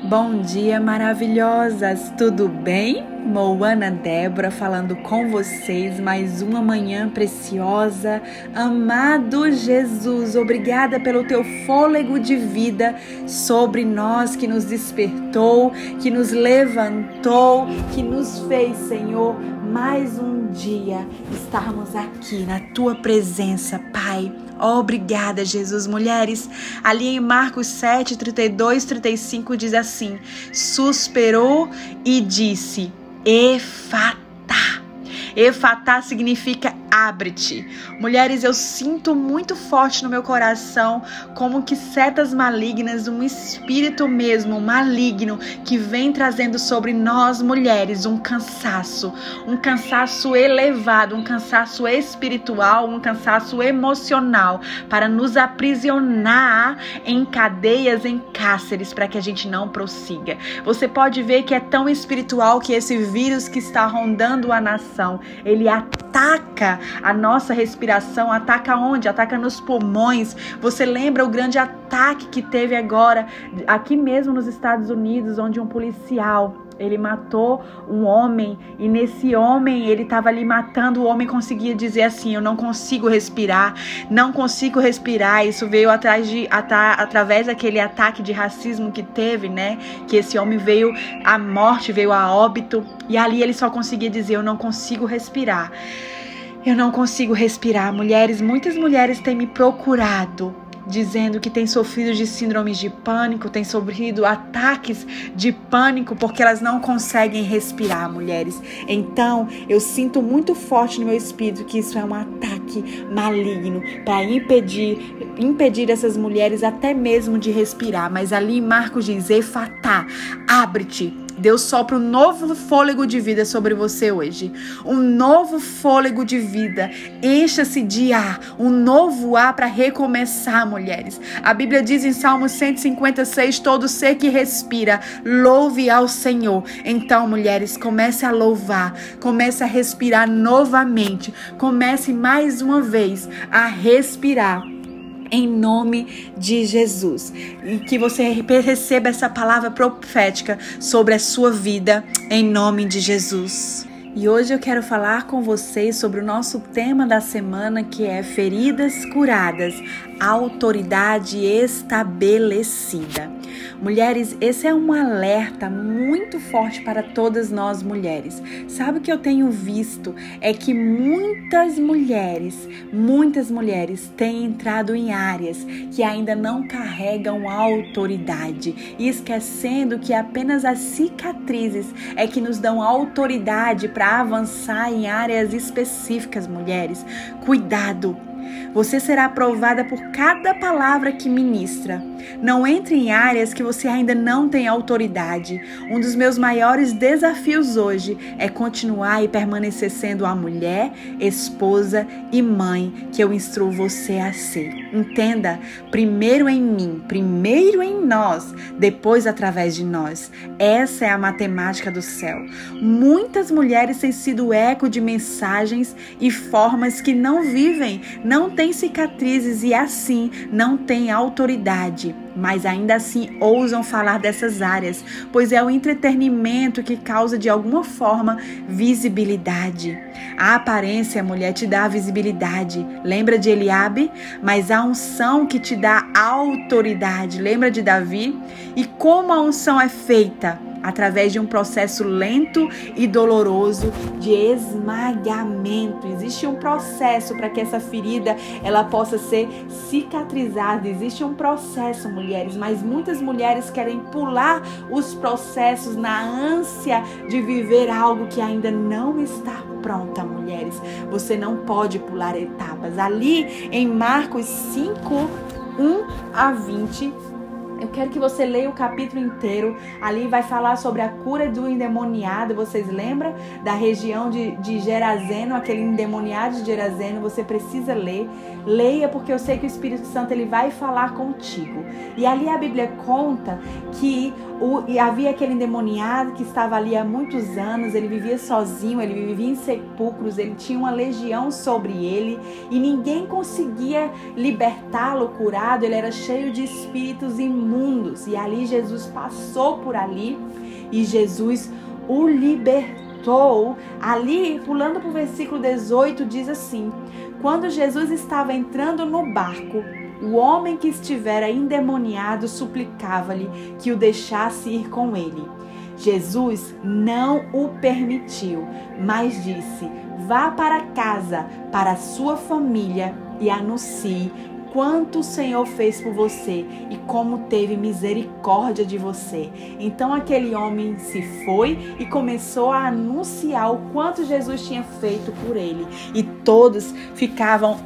Bom dia, maravilhosas! Tudo bem? Moana Débora falando com vocês mais uma manhã preciosa. Amado Jesus, obrigada pelo teu fôlego de vida sobre nós, que nos despertou, que nos levantou, que nos fez, Senhor, mais um dia estarmos aqui na tua presença, Pai. Obrigada, Jesus. Mulheres, ali em Marcos 7, 32, 35 diz assim: suspirou e disse: Efatá. Efatá significa abre-te. Mulheres, eu sinto muito forte no meu coração como que setas malignas, um espírito mesmo maligno que vem trazendo sobre nós mulheres um cansaço elevado, um cansaço espiritual, um cansaço emocional para nos aprisionar em cadeias, em cárceres, para que a gente não prossiga. Você pode ver que é tão espiritual que esse vírus que está rondando a nação, ele ataca a nossa respiração. Ataca onde? Ataca nos pulmões. Você lembra o grande ataque que teve agora aqui mesmo nos Estados Unidos, onde um policial, ele matou um homem, e nesse homem, ele estava ali matando, o homem conseguia dizer assim: eu não consigo respirar. Isso veio através daquele ataque de racismo que teve, né? Que esse homem veio à morte, veio a óbito, e ali ele só conseguia dizer: eu não consigo respirar. Eu não consigo respirar. Mulheres, muitas mulheres têm me procurado, dizendo que têm sofrido de síndromes de pânico, têm sofrido ataques de pânico porque elas não conseguem respirar, mulheres. Então, eu sinto muito forte no meu espírito que isso é um ataque maligno para impedir essas mulheres até mesmo de respirar. Mas ali em Marcos diz: Efatá, abre-te. Deus sopra um novo fôlego de vida sobre você hoje. Um novo fôlego de vida. Encha-se de ar. Um novo ar para recomeçar, mulheres. A Bíblia diz em Salmo 156, todo ser que respira, louve ao Senhor. Então, mulheres, comece a louvar. Comece a respirar novamente. Comece mais uma vez a respirar. Em nome de Jesus. E que você receba essa palavra profética sobre a sua vida, em nome de Jesus. E hoje eu quero falar com vocês sobre o nosso tema da semana, que é feridas curadas, autoridade estabelecida. Mulheres, esse é um alerta muito forte para todas nós mulheres. Sabe o que eu tenho visto? É que muitas mulheres têm entrado em áreas que ainda não carregam autoridade, e esquecendo que apenas as cicatrizes é que nos dão autoridade para avançar em áreas específicas, mulheres. Cuidado! Você será aprovada por cada palavra que ministra. Não entre em áreas que você ainda não tem autoridade. Um dos meus maiores desafios hoje é continuar e permanecer sendo a mulher, esposa e mãe que eu instruo você a ser. Entenda, primeiro em mim, primeiro em nós, depois através de nós. Essa é a matemática do céu. Muitas mulheres têm sido eco de mensagens e formas que não vivem, não têm cicatrizes e assim não têm autoridade, mas ainda assim ousam falar dessas áreas, pois é o entretenimento que causa de alguma forma visibilidade. A aparência, mulher, te dá visibilidade. Lembra de Eliabe? Mas a unção que te dá autoridade. Lembra de Davi? E como a unção é feita? Através de um processo lento e doloroso de esmagamento. Existe um processo para que essa ferida ela possa ser cicatrizada. Existe um processo, mulheres, mas muitas mulheres querem pular os processos na ânsia de viver algo que ainda não está pronta, mulheres. Você não pode pular etapas. Ali em Marcos 5, 1 a 20, eu quero que você leia o capítulo inteiro. Ali vai falar sobre a cura do endemoniado. Vocês lembram da região de Gerazeno, aquele endemoniado de Gerazeno? Você precisa ler. Leia, porque eu sei que o Espírito Santo ele vai falar contigo. E ali a Bíblia conta que havia aquele endemoniado que estava ali há muitos anos. Ele vivia sozinho, ele vivia em sepulcros, ele tinha uma legião sobre ele e ninguém conseguia libertá-lo curado. Ele era cheio de espíritos imundos. todos. E ali Jesus passou por ali e Jesus o libertou. Ali, pulando para o versículo 18, diz assim: quando Jesus estava entrando no barco, o homem que estivera endemoniado suplicava-lhe que o deixasse ir com ele. Jesus não o permitiu, mas disse: vá para casa, para a sua família e anuncie quanto o Senhor fez por você e como teve misericórdia de você. Então aquele homem se foi e começou a anunciar o quanto Jesus tinha feito por ele. E todos ficavam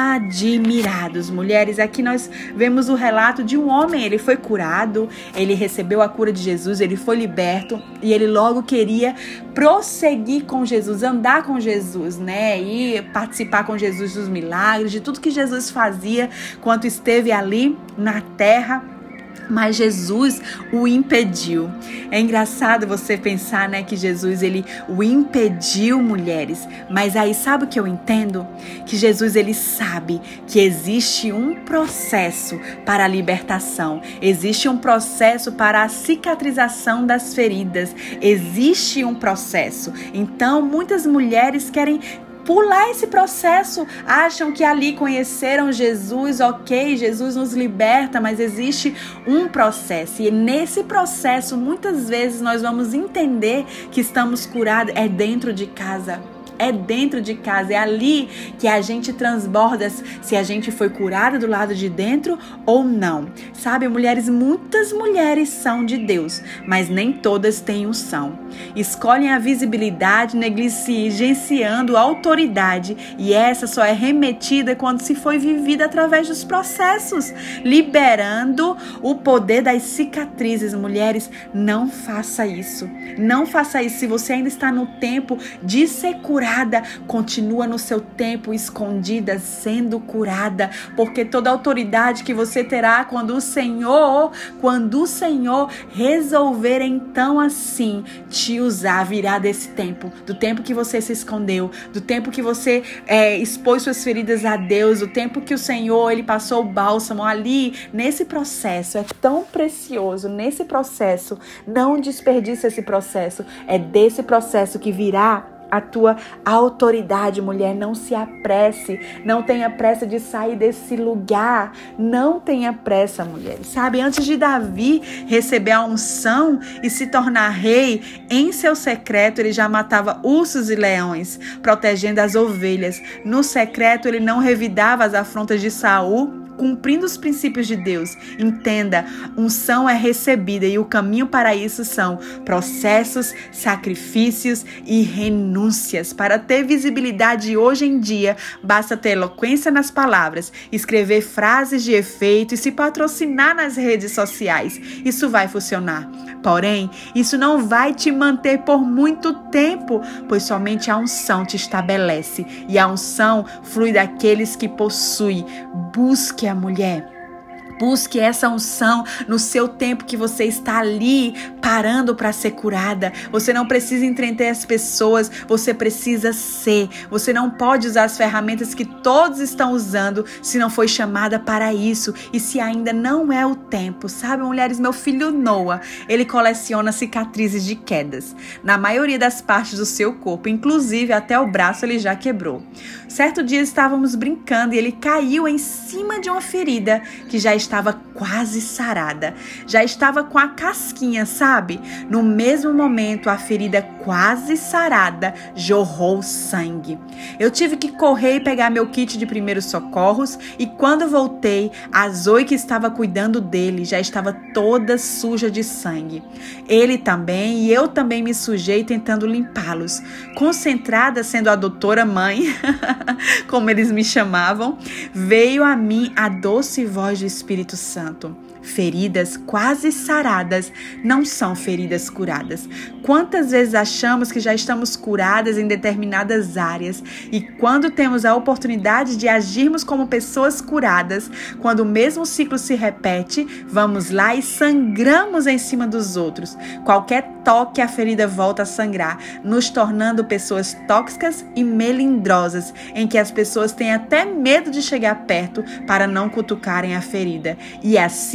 admirados. Mulheres, aqui nós vemos o relato de um homem. Ele foi curado, ele recebeu a cura de Jesus, ele foi liberto e ele logo queria prosseguir com Jesus, andar com Jesus, né? E participar com Jesus dos milagres, de tudo que Jesus fazia quando esteve ali na terra. Mas Jesus o impediu. É engraçado você pensar, né, que Jesus, ele o impediu, mulheres. Mas aí sabe o que eu entendo? Que Jesus, ele sabe que existe um processo para a libertação. Existe um processo para a cicatrização das feridas. Existe um processo. Então, muitas mulheres querem pular esse processo, acham que ali conheceram Jesus, ok, Jesus nos liberta, mas existe um processo, e nesse processo muitas vezes nós vamos entender que estamos curados dentro de casa. É dentro de casa, é ali que a gente transborda se a gente foi curada do lado de dentro ou não. Sabe, mulheres, muitas mulheres são de Deus, mas nem todas têm unção. Escolhem a visibilidade, negligenciando a autoridade, e essa só é remetida quando se foi vivida através dos processos, liberando o poder das cicatrizes. Mulheres, não faça isso. Não faça isso. Se você ainda está no tempo de ser curada, continua no seu tempo escondida, sendo curada, porque toda autoridade que você terá quando o Senhor resolver então assim te usar, virá desse tempo, do tempo que você se escondeu, do tempo que você expôs suas feridas a Deus, do tempo que o Senhor, ele passou o bálsamo ali, nesse processo, é tão precioso, nesse processo, não desperdice esse processo, é desse processo que virá a tua autoridade. Mulher, não se apresse, não tenha pressa de sair desse lugar, não tenha pressa, mulher. Sabe, antes de Davi receber a unção e se tornar rei, em seu secreto ele já matava ursos e leões, protegendo as ovelhas. No secreto ele não revidava as afrontas de Saul, cumprindo os princípios de Deus. Entenda, unção é recebida e o caminho para isso são processos, sacrifícios e renúncias. Para ter visibilidade hoje em dia, basta ter eloquência nas palavras, escrever frases de efeito e se patrocinar nas redes sociais. Isso vai funcionar. Porém, isso não vai te manter por muito tempo, pois somente a unção te estabelece e a unção flui daqueles que possuem. Busque a mulher. Busque essa unção no seu tempo que você está ali parando para ser curada. Você não precisa entreter as pessoas, você precisa ser. Você não pode usar as ferramentas que todos estão usando se não foi chamada para isso e se ainda não é o tempo. Sabe, mulheres, meu filho Noah, ele coleciona cicatrizes de quedas na maioria das partes do seu corpo, inclusive até o braço ele já quebrou. Certo dia estávamos brincando e ele caiu em cima de uma ferida que já estava quase sarada. Já estava com a casquinha, sabe? No mesmo momento, a ferida quase sarada jorrou sangue. Eu tive que correr e pegar meu kit de primeiros socorros e quando voltei, a Zoe que estava cuidando dele já estava toda suja de sangue. Ele também e eu também me sujei tentando limpá-los. Concentrada sendo a doutora mãe, como eles me chamavam, veio a mim a doce voz do Espírito Santo. Feridas quase saradas não são feridas curadas. Quantas vezes achamos que já estamos curadas em determinadas áreas e quando temos a oportunidade de agirmos como pessoas curadas, quando o mesmo ciclo se repete, vamos lá e sangramos em cima dos outros. Qualquer toque, a ferida volta a sangrar, nos tornando pessoas tóxicas e melindrosas, em que as pessoas têm até medo de chegar perto para não cutucarem a ferida. E assim,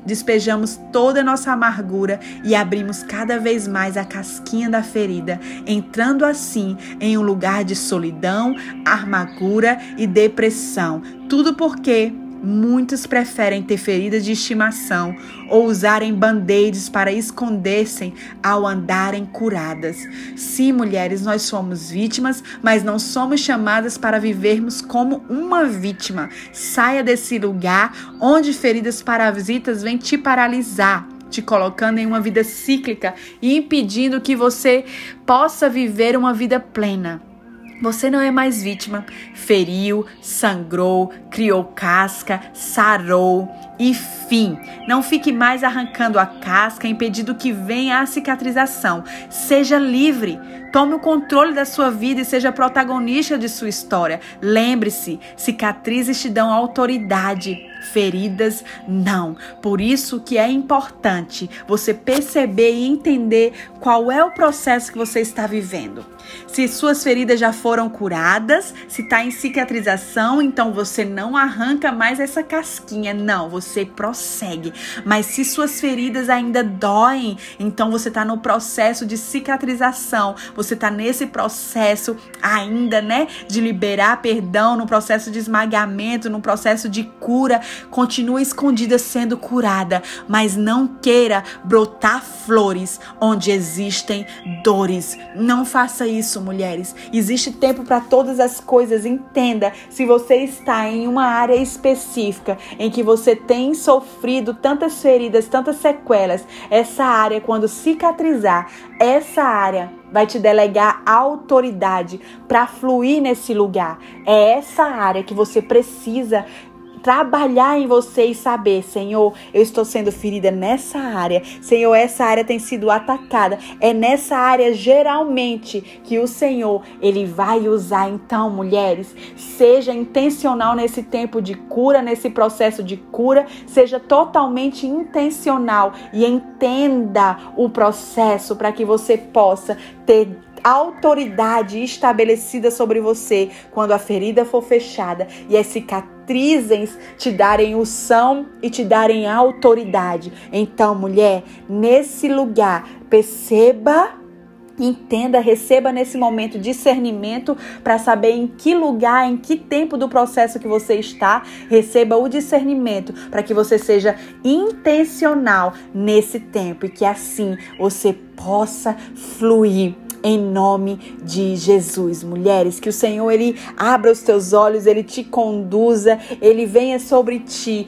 despejamos toda a nossa amargura e abrimos cada vez mais a casquinha da ferida, entrando assim em um lugar de solidão, amargura e depressão. Tudo porque muitos preferem ter feridas de estimação ou usarem band-aids para esconder-se ao andarem curadas. Sim, mulheres, nós somos vítimas, mas não somos chamadas para vivermos como uma vítima. Saia desse lugar onde feridas parasitas vêm te paralisar, te colocando em uma vida cíclica e impedindo que você possa viver uma vida plena. Você não é mais vítima. Feriu, sangrou, criou casca, sarou e fim. Não fique mais arrancando a casca, impedindo que venha a cicatrização. Seja livre. Tome o controle da sua vida e seja protagonista de sua história. Lembre-se, cicatrizes te dão autoridade, feridas não. Por isso que é importante você perceber e entender qual é o processo que você está vivendo. Se suas feridas já foram curadas, se está em cicatrização, então você não arranca mais essa casquinha, não, você prossegue. Mas se suas feridas ainda doem, então você está no processo de cicatrização, você está nesse processo ainda, de liberar perdão, no processo de esmagamento, no processo de cura. Continua escondida sendo curada, mas não queira brotar flores onde existem dores. Não faça isso, mulheres. Existe tempo para todas as coisas. Entenda, se você está em uma área específica em que você tem sofrido tantas feridas, tantas sequelas, essa área, quando cicatrizar, essa área vai te delegar autoridade para fluir nesse lugar. É essa área que você precisa trabalhar em você e saber, Senhor, eu estou sendo ferida nessa área. Senhor, essa área tem sido atacada. É nessa área, geralmente, que o Senhor, Ele vai usar. Então, mulheres, seja intencional nesse tempo de cura, nesse processo de cura. Seja totalmente intencional e entenda o processo para que você possa ter autoridade estabelecida sobre você quando a ferida for fechada e as cicatrizes te darem unção e te darem autoridade. Então, mulher, nesse lugar, perceba, entenda, receba nesse momento discernimento para saber em que lugar, em que tempo do processo que você está. Receba o discernimento para que você seja intencional nesse tempo e que assim você possa fluir. Em nome de Jesus, mulheres, que o Senhor, Ele abra os teus olhos, Ele te conduza, Ele venha sobre ti,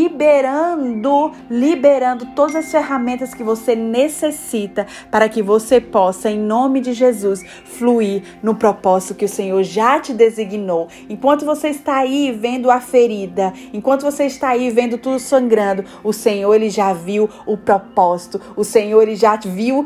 liberando todas as ferramentas que você necessita para que você possa, em nome de Jesus, fluir no propósito que o Senhor já te designou. Enquanto você está aí vendo a ferida, enquanto você está aí vendo tudo sangrando, o Senhor, Ele já viu o propósito. O Senhor, Ele já te viu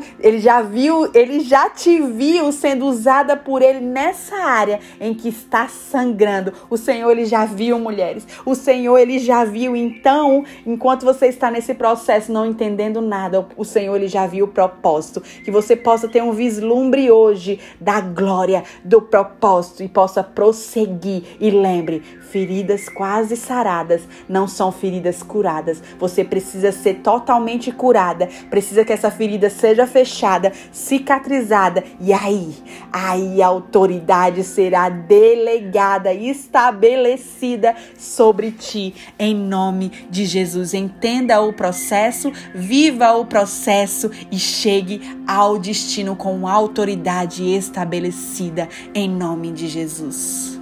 sendo usada por Ele nessa área em que está sangrando. O Senhor, Ele já viu, mulheres. O Senhor, Ele já viu. Então, enquanto você está nesse processo não entendendo nada, o Senhor, Ele já viu o propósito. Que você possa ter um vislumbre hoje da glória, do propósito e possa prosseguir. E lembre, feridas quase saradas não são feridas curadas. Você precisa ser totalmente curada. Precisa que essa ferida seja fechada, cicatrizada. E aí a autoridade será delegada e estabelecida sobre ti, em nome de Jesus. Entenda o processo, viva o processo e chegue ao destino com autoridade estabelecida, em nome de Jesus.